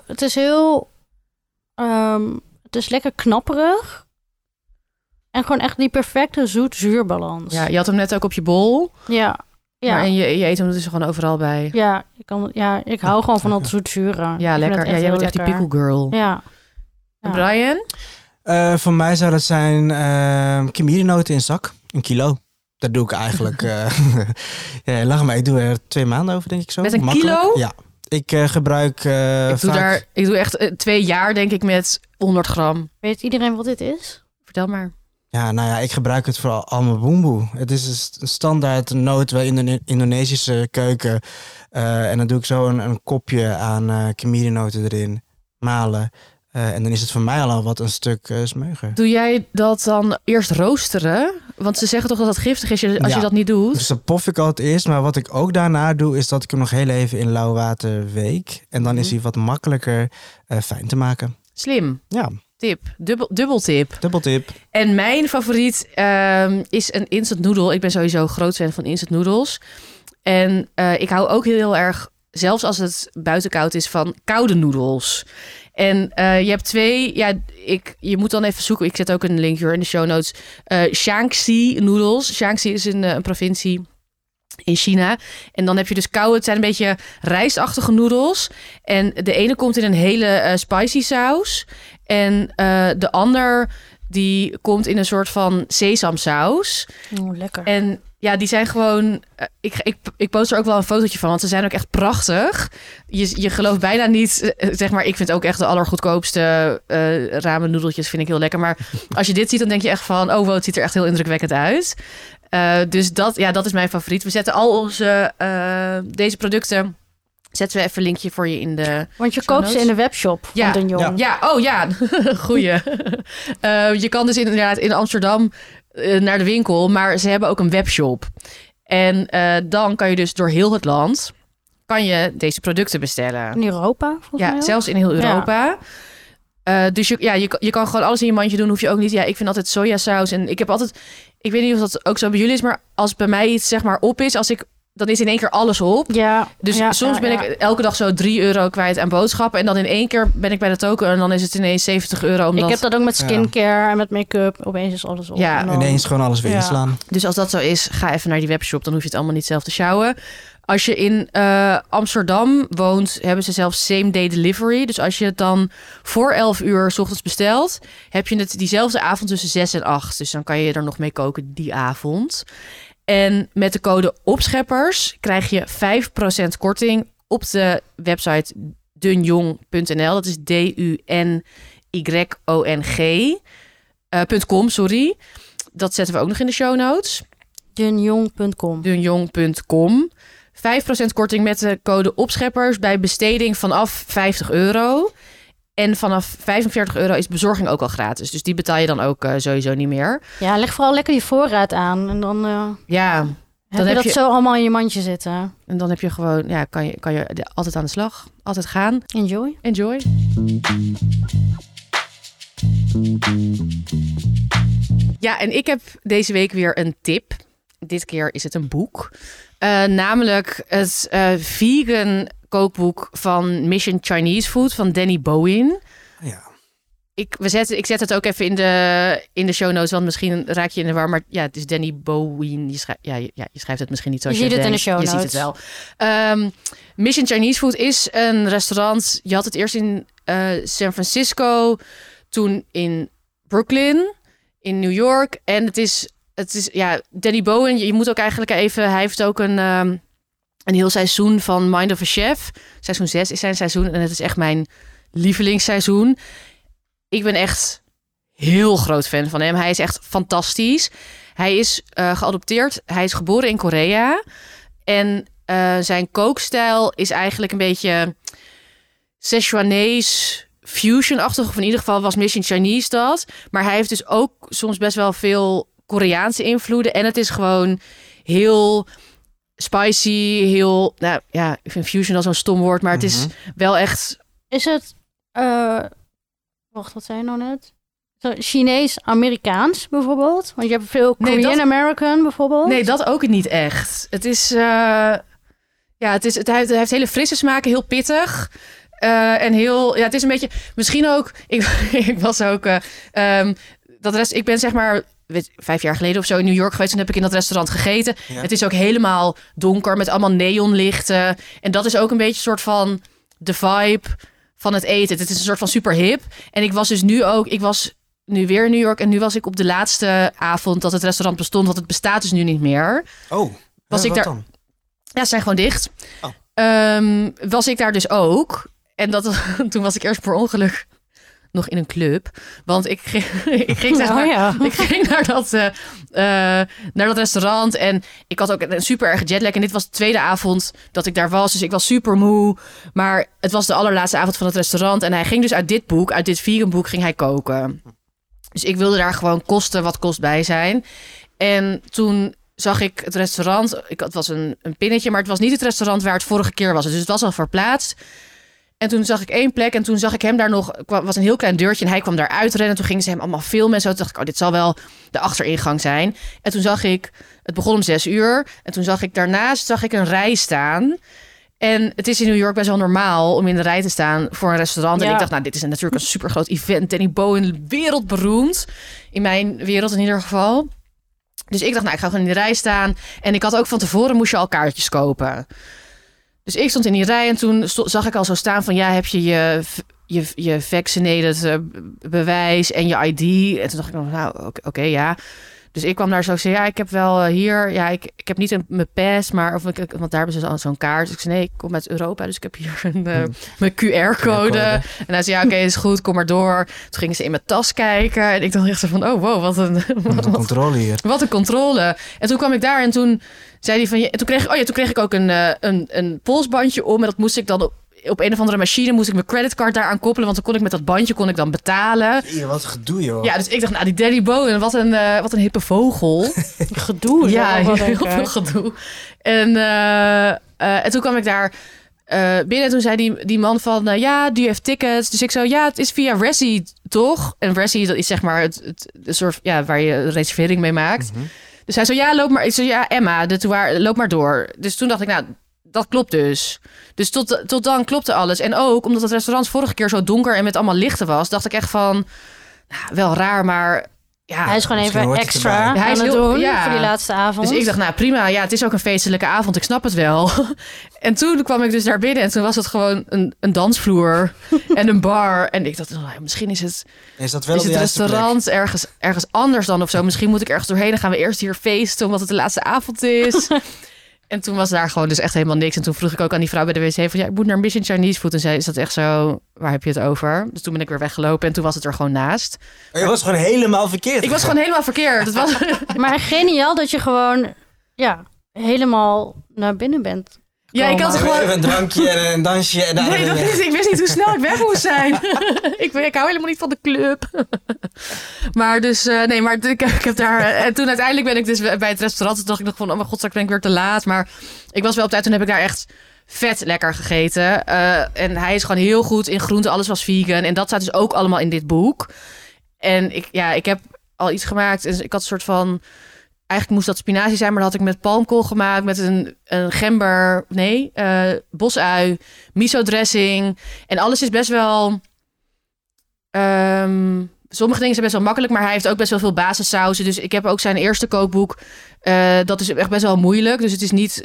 het is lekker knapperig. En gewoon echt die perfecte zoet-zuurbalans. Ja, je had hem net ook op je bol. Ja. Maar en je eet hem dus gewoon overal bij. Ja, ik hou gewoon van dat zoet-zure. Ja, lekker. Ja, jij bent echt die pickle girl. Ja. En Brian? Voor mij zou dat zijn kimchi-noten in zak. 1 kilo. Dat doe ik eigenlijk... ja, lach maar. Ik doe er 2 maanden over, denk ik zo. Met een Makkelijk. kilo? Ja. Ik gebruik Ik doe echt 2 jaar, denk ik, met 100 gram. Weet iedereen wat dit is? Vertel maar. Ja, nou ja, ik gebruik het voor allemaal boemboe. Het is een standaard noot in de Indonesische keuken. En dan doe ik zo een kopje aan kimchi-noten erin. Malen. En dan is het voor mij al wat een stuk smeuiger. Doe jij dat dan eerst roosteren? Want ze zeggen toch dat dat giftig is als je dat niet doet? Dus dan pof ik al het eerst. Maar wat ik ook daarna doe, is dat ik hem nog heel even in lauw water week. En dan is hij wat makkelijker fijn te maken. Slim. Ja. Tip. Dubbeltip. Dubbeltip. En mijn favoriet is een instant noodle. Ik ben sowieso groot fan van instant noodles. En ik hou ook heel erg, zelfs als het buiten koud is, van koude noedels. En je hebt 2... Ja, je moet dan even zoeken. Ik zet ook een link hier in de show notes. Shaanxi noedels. Shaanxi is een provincie in China. En dan heb je dus koude... Het zijn een beetje rijstachtige noedels. En de ene komt in een hele spicy saus. En de ander... die komt in een soort van sesamsaus. Oh, lekker. En ja, die zijn gewoon... Ik post er ook wel een fotootje van, want ze zijn ook echt prachtig. Je gelooft bijna niet... zeg maar, ik vind ook echt de allergoedkoopste ramen noedeltjes vind ik heel lekker. Maar als je dit ziet, dan denk je echt van... oh wow, het ziet er echt heel indrukwekkend uit. Dus dat is mijn favoriet. We zetten al onze... deze producten... zetten we even een linkje voor je in de... Want je koopt ze in de webshop van Den Jong. Ja. Goeie. Je kan dus inderdaad in Amsterdam naar de winkel, maar ze hebben ook een webshop. En dan kan je dus door heel het land kan je deze producten bestellen. In Europa, volgens mij ook. Zelfs in heel Europa. Dus je kan gewoon alles in je mandje doen. Hoef je ook niet. Ja, ik vind altijd sojasaus. En ik heb altijd... Ik weet niet of dat ook zo bij jullie is, maar als bij mij iets zeg maar op is, dan is in één keer alles op. Ja. Dus soms ben ik elke dag zo €3 kwijt aan boodschappen. En dan in één keer ben ik bij de token en dan is het ineens €70. Omdat... Ik heb dat ook met skincare en met make-up. Opeens is alles op. Ja, dan... ineens gewoon alles weer inslaan. Dus als dat zo is, ga even naar die webshop. Dan hoef je het allemaal niet zelf te sjouwen. Als je in Amsterdam woont, hebben ze zelfs same-day delivery. Dus als je het dan voor 11 uur 's ochtends bestelt, heb je het diezelfde avond tussen 6 en 8. Dus dan kan je er nog mee koken die avond. En met de code opscheppers krijg je 5% korting op de website dunjong.nl. Dat is DUNYONG.com, sorry. Dat zetten we ook nog in de show notes. Dunjong.com. Dunjong.com. 5% korting met de code opscheppers bij besteding vanaf €50. En vanaf €45 is bezorging ook al gratis. Dus die betaal je dan ook sowieso niet meer. Ja, leg vooral lekker je voorraad aan. En dan heb je dat zo allemaal in je mandje zitten. En dan heb je gewoon, kan je altijd aan de slag. Altijd gaan. Enjoy. Ja, en ik heb deze week weer een tip. Dit keer is het een boek. Namelijk het vegan kookboek van Mission Chinese Food van Danny Bowen. Ja. Ik zet het ook even in de show notes, want misschien raak je in de war. Maar ja, het is Danny Bowen. Je schrijft het misschien niet zoals je ziet denkt. Het in de show notes. Je ziet het wel. Mission Chinese Food is een restaurant. Je had het eerst in San Francisco, toen in Brooklyn, in New York. En het is Danny Bowen. Je moet ook eigenlijk even... Hij heeft ook een heel seizoen van Mind of a Chef. Seizoen 6 is zijn seizoen. En het is echt mijn lievelingsseizoen. Ik ben echt heel groot fan van hem. Hij is echt fantastisch. Hij is geadopteerd. Hij is geboren in Korea. En zijn kookstijl is eigenlijk een beetje Szechuanese fusion-achtig. Of in ieder geval was Mission Chinese dat. Maar hij heeft dus ook soms best wel veel Koreaanse invloeden. En het is gewoon heel spicy, heel... Nou ja, ik vind fusion al zo'n stom woord, maar het is wel echt... Is het... wacht, wat zei je nou net? Chinees-Amerikaans bijvoorbeeld? Want je hebt veel Korean-American bijvoorbeeld. Nee, dat ook niet echt. Het is... hij heeft hele frisse smaken, heel pittig. En heel... Ja, het is een beetje... Misschien ook... Ik was ook... ik ben zeg maar... 5 jaar geleden of zo in New York geweest. Toen heb ik in dat restaurant gegeten. Ja. Het is ook helemaal donker met allemaal neonlichten. En dat is ook een beetje een soort van de vibe van het eten. Het is een soort van super hip. En ik was dus nu ook... Ik was nu weer in New York. En nu was ik op de laatste avond dat het restaurant bestond. Want het bestaat dus nu niet meer. Oh, was ik daar dan? Ja, ze zijn gewoon dicht. Oh. Was ik daar dus ook. En toen was ik eerst per ongeluk nog in een club. Want ik ging naar dat restaurant. En ik had ook een super erg jetlag. En dit was de tweede avond dat ik daar was. Dus ik was super moe. Maar het was de allerlaatste avond van het restaurant. En hij ging dus uit dit vegan boek, ging hij koken. Dus ik wilde daar gewoon kosten wat kost bij zijn. En toen zag ik het restaurant. Het was een pinnetje, maar het was niet het restaurant waar het vorige keer was. Dus het was al verplaatst. En toen zag ik 1 plek en toen zag ik hem daar nog... was een heel klein deurtje en hij kwam daar uitrennen. Toen gingen ze hem allemaal filmen en zo. Toen dacht ik, dit zal wel de achteringang zijn. En toen zag ik... Het begon om 6 uur. En toen zag ik daarnaast een rij staan. En het is in New York best wel normaal om in de rij te staan voor een restaurant. Ja. En ik dacht, nou, dit is natuurlijk een supergroot event. Danny Bowen, wereldberoemd. In mijn wereld in ieder geval. Dus ik dacht, nou, ik ga gewoon in de rij staan. En ik had ook van tevoren, moest je al kaartjes kopen. Dus ik stond in die rij en toen zag ik al zo staan van... ja, heb je vaccinated bewijs en je ID? En toen dacht ik, nou, oké, ja... Dus ik kwam daar zo en zei, ja, ik heb wel hier... Ja, ik heb niet mijn pass, maar... want daar hebben ze zo'n kaart. Dus ik zei, nee, ik kom uit Europa, dus ik heb hier mijn QR-code. En hij zei, ja, oké, is goed, kom maar door. Toen gingen ze in mijn tas kijken. En ik dacht echt zo van, oh, wow, wat een controle hier. Wat een controle. En toen kwam ik daar en toen zei hij van... Ja, toen kreeg ik ook een polsbandje om. En dat moest ik dan... Op een of andere machine moest ik mijn creditcard daaraan koppelen. Want dan kon ik met dat bandje dan betalen. Hier, wat gedoe, joh. Ja, dus ik dacht, nou, die Danny Bowen, wat een hippe vogel. Gedoe. Ja, heel veel gedoe. En toen kwam ik daar binnen. En toen zei die man van, ja, do you have tickets? Dus ik zo, ja, het is via Resy, toch? En Resy, dat is zeg maar het soort, ja, waar je een reservering mee maakt. Mm-hmm. Dus hij zo, ja, loop maar. Ik zo, ja, Emma, loop maar door. Dus toen dacht ik, nou... Dat klopt dus. Dus tot dan klopte alles. En ook omdat het restaurant vorige keer zo donker en met allemaal lichten was... dacht ik echt van, nou, wel raar, maar... Ja, hij is gewoon even extra hij is aan het heel, doen ja. voor die laatste avond. Dus ik dacht, nou prima, ja, het is ook een feestelijke avond, ik snap het wel. En toen kwam ik dus daar binnen en toen was het gewoon een dansvloer en een bar. En ik dacht, nou, misschien is het restaurant ergens anders dan of zo. Misschien moet ik ergens doorheen, dan gaan we eerst hier feesten omdat het de laatste avond is. En toen was daar gewoon dus echt helemaal niks. En toen vroeg ik ook aan die vrouw bij de wc van... ja, ik moet naar Mission Chinese Food. En zei, is dat echt zo? Waar heb je het over? Dus toen ben ik weer weggelopen en toen was het er gewoon naast. Je was gewoon helemaal verkeerd. Ik was gewoon helemaal verkeerd. Het was... Maar geniaal dat je gewoon helemaal naar binnen bent. Ja, ik had gewoon... Even een drankje en een dansje. En nee, ik wist niet hoe snel ik weg moest zijn. ik hou helemaal niet van de club. Maar dus, ik heb daar... En toen uiteindelijk ben ik dus bij het restaurant. Toen dacht ik nog van, oh mijn god, straks ben ik weer te laat. Maar ik was wel op tijd. Toen heb ik daar echt vet lekker gegeten. En hij is gewoon heel goed in groenten. Alles was vegan. En dat staat dus ook allemaal in dit boek. En ik heb al iets gemaakt. Dus ik had een soort van... Eigenlijk moest dat spinazie zijn, maar dat had ik met palmkool gemaakt. Met een gember, bosui, miso dressing. En alles is best wel... sommige dingen zijn best wel makkelijk, maar hij heeft ook best wel veel basissauzen. Dus ik heb ook zijn eerste kookboek. Dat is echt best wel moeilijk. Dus het is niet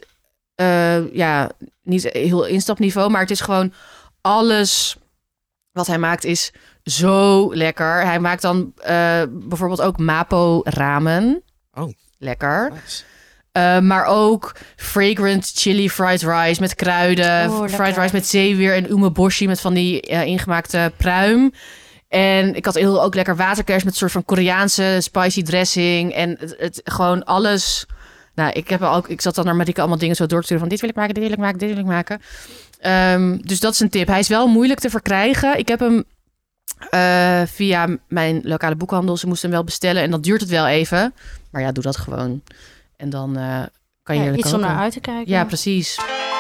heel instapniveau. Maar het is gewoon alles wat hij maakt is zo lekker. Hij maakt dan bijvoorbeeld ook mapo ramen. Oh. Lekker. Nice. Maar ook fragrant chili fried rice met kruiden. Fried rice met zeewier en umeboshi met van die ingemaakte pruim. En ik had ook lekker waterkers met een soort van Koreaanse spicy dressing. En het gewoon alles... Nou, ik zat dan naar Marika allemaal dingen zo door te sturen van dit wil ik maken, dit wil ik maken, dit wil ik maken. Dus dat is een tip. Hij is wel moeilijk te verkrijgen. Ik heb hem via mijn lokale boekhandel. Ze moesten hem wel bestellen en dan duurt het wel even. Maar ja, doe dat gewoon. En dan kan je iets om naar uit te kijken. Ja, precies.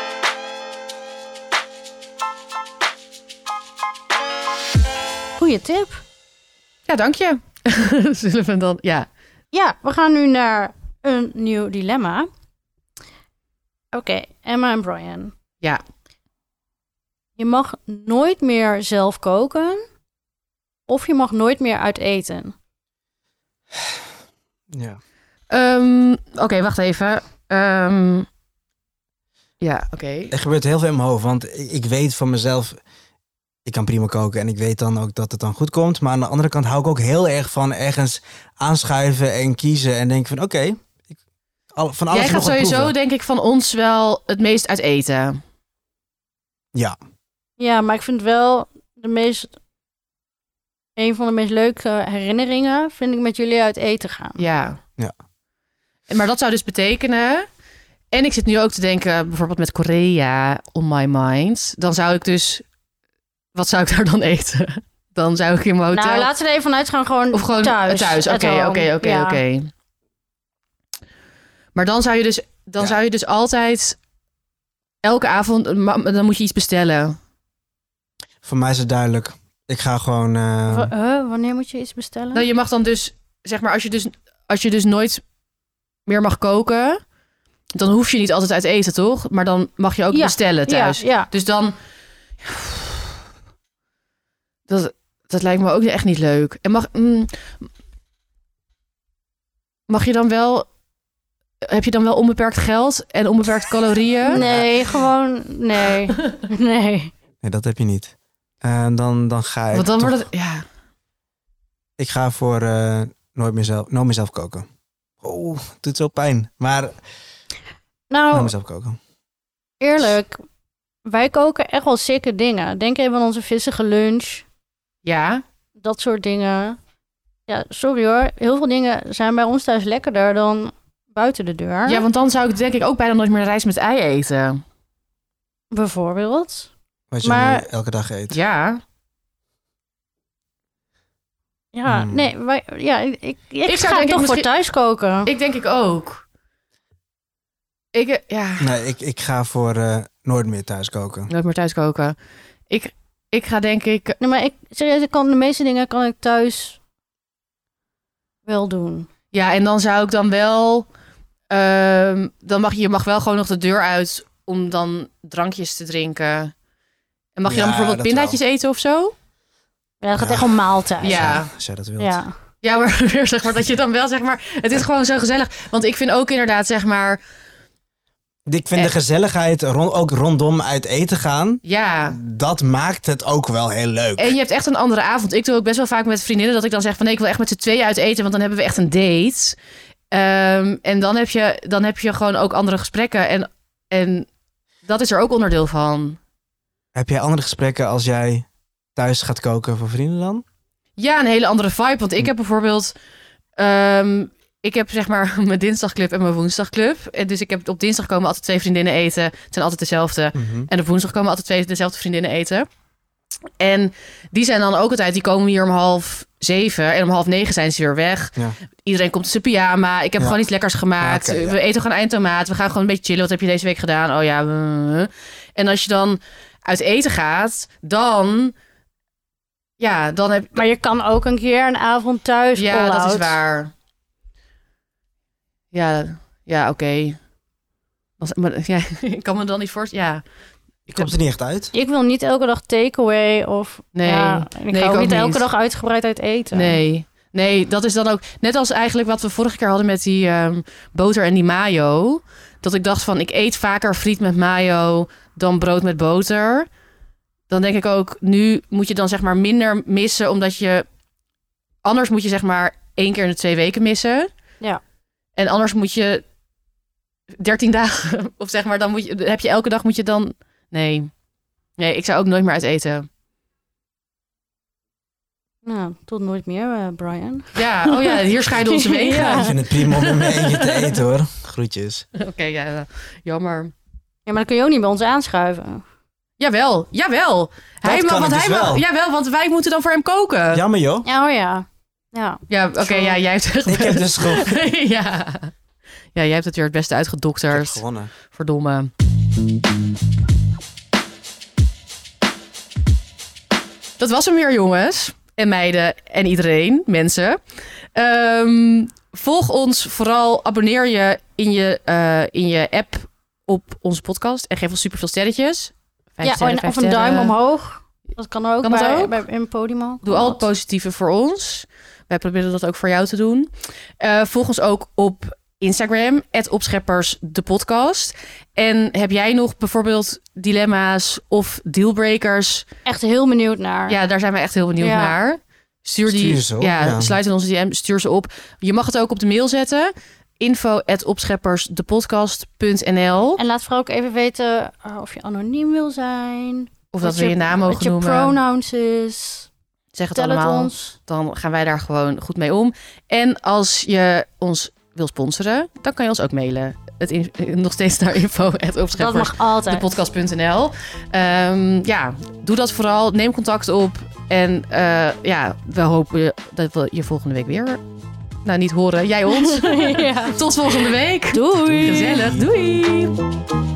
Goeie tip. Ja, dank je. Zullen we dan... Ja, we gaan nu naar een nieuw dilemma. Oké, Emma en Brian. Ja. Je mag nooit meer zelf koken... of je mag nooit meer uit eten. Ja. Oké, wacht even. Ja, oké. Er gebeurt heel veel in mijn hoofd, want ik weet van mezelf... Ik kan prima koken en ik weet dan ook dat het dan goed komt. Maar aan de andere kant hou ik ook heel erg van ergens aanschuiven en kiezen. En denk van oké, van alles. Jij gaat sowieso denk ik van ons wel het meest uit eten. Ja. Ja, maar ik vind wel een van de meest leuke herinneringen vind ik met jullie uit eten gaan. Ja. Maar dat zou dus betekenen... En ik zit nu ook te denken, bijvoorbeeld met Korea on my mind. Dan zou ik dus... Wat zou ik daar dan eten? Dan zou ik in mijn hotel... Nou, laten we er even vanuit gaan, gewoon thuis. Oké. Maar dan zou je dus altijd... Elke avond... Dan moet je iets bestellen. Voor mij is het duidelijk. Ik ga gewoon... Wanneer moet je iets bestellen? Nou, je mag dan dus... Zeg maar, als je dus nooit meer mag koken... dan hoef je niet altijd uit eten, toch? Maar dan mag je ook bestellen thuis. Ja. Dus dan... Dat lijkt me ook echt niet leuk. En mag je dan wel... Heb je dan wel onbeperkt geld en onbeperkt calorieën? Nee, gewoon... Nee. Nee, dat heb je niet. Dan ga ik Want dan toch... wordt het... Ja. Ik ga voor nooit meer zelf koken. Oh, het doet zo pijn. Maar nooit Nou, meer zelf koken. eerlijk. Wij koken echt wel sikke dingen. Denk even aan onze vissige lunch. Ja. Dat soort dingen. Ja, sorry hoor. Heel veel dingen zijn bij ons thuis lekkerder dan buiten de deur. Ja, want dan zou ik denk ik ook bijna nooit meer rijst met ei eten. Bijvoorbeeld. Wat je Maar- nu elke dag eet. Ja. Ja, nee. Ik zou ga denk ik toch voor misschien- thuis koken. Ik denk ik ook. Nee, ik ga voor nooit meer thuis koken. Nooit meer thuis koken. Ik ga denk ik... Nee, maar serieus, de meeste dingen kan ik thuis wel doen. Ja, en dan zou ik dan wel... je mag wel gewoon nog de deur uit om dan drankjes te drinken. En mag je dan Ja, bijvoorbeeld dat pindaatjes eten of zo? Ja, het gaat echt om maaltijd. Ja. Als jij dat wilt. Ja. Ja, maar weer zeg maar dat je dan wel zeg maar... Het is gewoon zo gezellig. Want ik vind ook inderdaad zeg maar... Ik vind de gezelligheid ook rondom uit eten gaan... Ja. Dat maakt het ook wel heel leuk. En je hebt echt een andere avond. Ik doe ook best wel vaak met vriendinnen dat ik dan zeg van... nee, ik wil echt met z'n tweeën uit eten, want dan hebben we echt een date. En dan heb je gewoon ook andere gesprekken. En dat is er ook onderdeel van. Heb jij andere gesprekken als jij thuis gaat koken voor vrienden dan? Ja, een hele andere vibe. Want ik heb bijvoorbeeld... ik heb zeg maar mijn dinsdagclub en mijn woensdagclub. En dus op dinsdag komen altijd 2 vriendinnen eten. Het zijn altijd dezelfde. En op woensdag komen altijd 2 dezelfde vriendinnen eten. En die zijn dan ook altijd... Die komen hier om 6:30. En om 8:30 zijn ze weer weg. Ja. Iedereen komt in zijn pyjama. Ik heb gewoon iets lekkers gemaakt. Ja, oké, ja. We eten gewoon eindtomaat. We gaan gewoon een beetje chillen. Wat heb je deze week gedaan? Oh ja. En als je dan uit eten gaat... Dan heb... Maar je kan ook een keer een avond thuis Ja, all dat is out. waar. Ja, oké. Maar ja, ik kan me dan niet voorstellen. Ja, Je komt er niet echt uit. Ik wil niet elke dag takeaway of... Nee. Ja, en ik Nee, ga ik ook ook niet elke niet. dag uitgebreid uit eten. Nee, dat is dan ook... Net als eigenlijk wat we vorige keer hadden met die boter en die mayo. Dat ik dacht van, ik eet vaker friet met mayo dan brood met boter. Dan denk ik ook, nu moet je dan zeg maar minder missen, omdat je... Anders moet je zeg maar 1 keer in de 2 weken missen. Ja. En anders moet je 13 dagen, of zeg maar, dan heb je elke dag moet je dan... Nee, ik zou ook nooit meer uit eten. Nou, tot nooit meer, Brian. Ja, oh ja, hier scheiden onze wegen. Ja. Ik vind het prima om in mijn eentje te eten hoor. Groetjes. Oké, ja, jammer. Ja, maar dan kun je ook niet bij ons aanschuiven. Jawel. kan ik dus wel. Jawel, want wij moeten dan voor hem koken. Jammer joh. Ja, oh ja. Ja. Ja, oké, ja, jij hebt echt... Ik heb dus gewoon ja, jij hebt het weer het beste ik heb uitgedokterd. gewonnen. Verdomme. Dat was hem weer, jongens. En meiden en iedereen, mensen. Volg ons vooral, abonneer je in je app op onze podcast. En geef ons superveel sterretjes. 5 Ja, sterren, of 5 een duim sterren. omhoog. Dat kan ook Kan dat ook? in Podimo. Doe al het positieve voor ons. Wij proberen dat ook voor jou te doen. Volg ons ook op Instagram, @opscheppers de podcast. En heb jij nog bijvoorbeeld dilemma's of dealbreakers? Echt heel benieuwd naar. Ja, daar zijn we echt heel benieuwd Ja. naar. Stuur ze op, ja, ja. sluit in onze DM, stuur ze op. Je mag het ook op de mail zetten. info@opscheppersdepodcast.nl. En laat vooral ook even weten of je anoniem wil zijn. Of dat we je naam mogen wat je noemen. pronouns is. Zeg het Tel het allemaal. ons. Dan gaan wij daar gewoon goed mee om. En als je ons wil sponsoren, dan kan je ons ook mailen. Nog steeds naar Dat info@opscheppers. mag altijd. Depodcast.nl. Ja, doe dat vooral. Neem contact op. En we hopen dat we je volgende week weer... Nou, niet horen. Jij ons. Ja. Tot volgende week. Doei. Gezellig. Doei.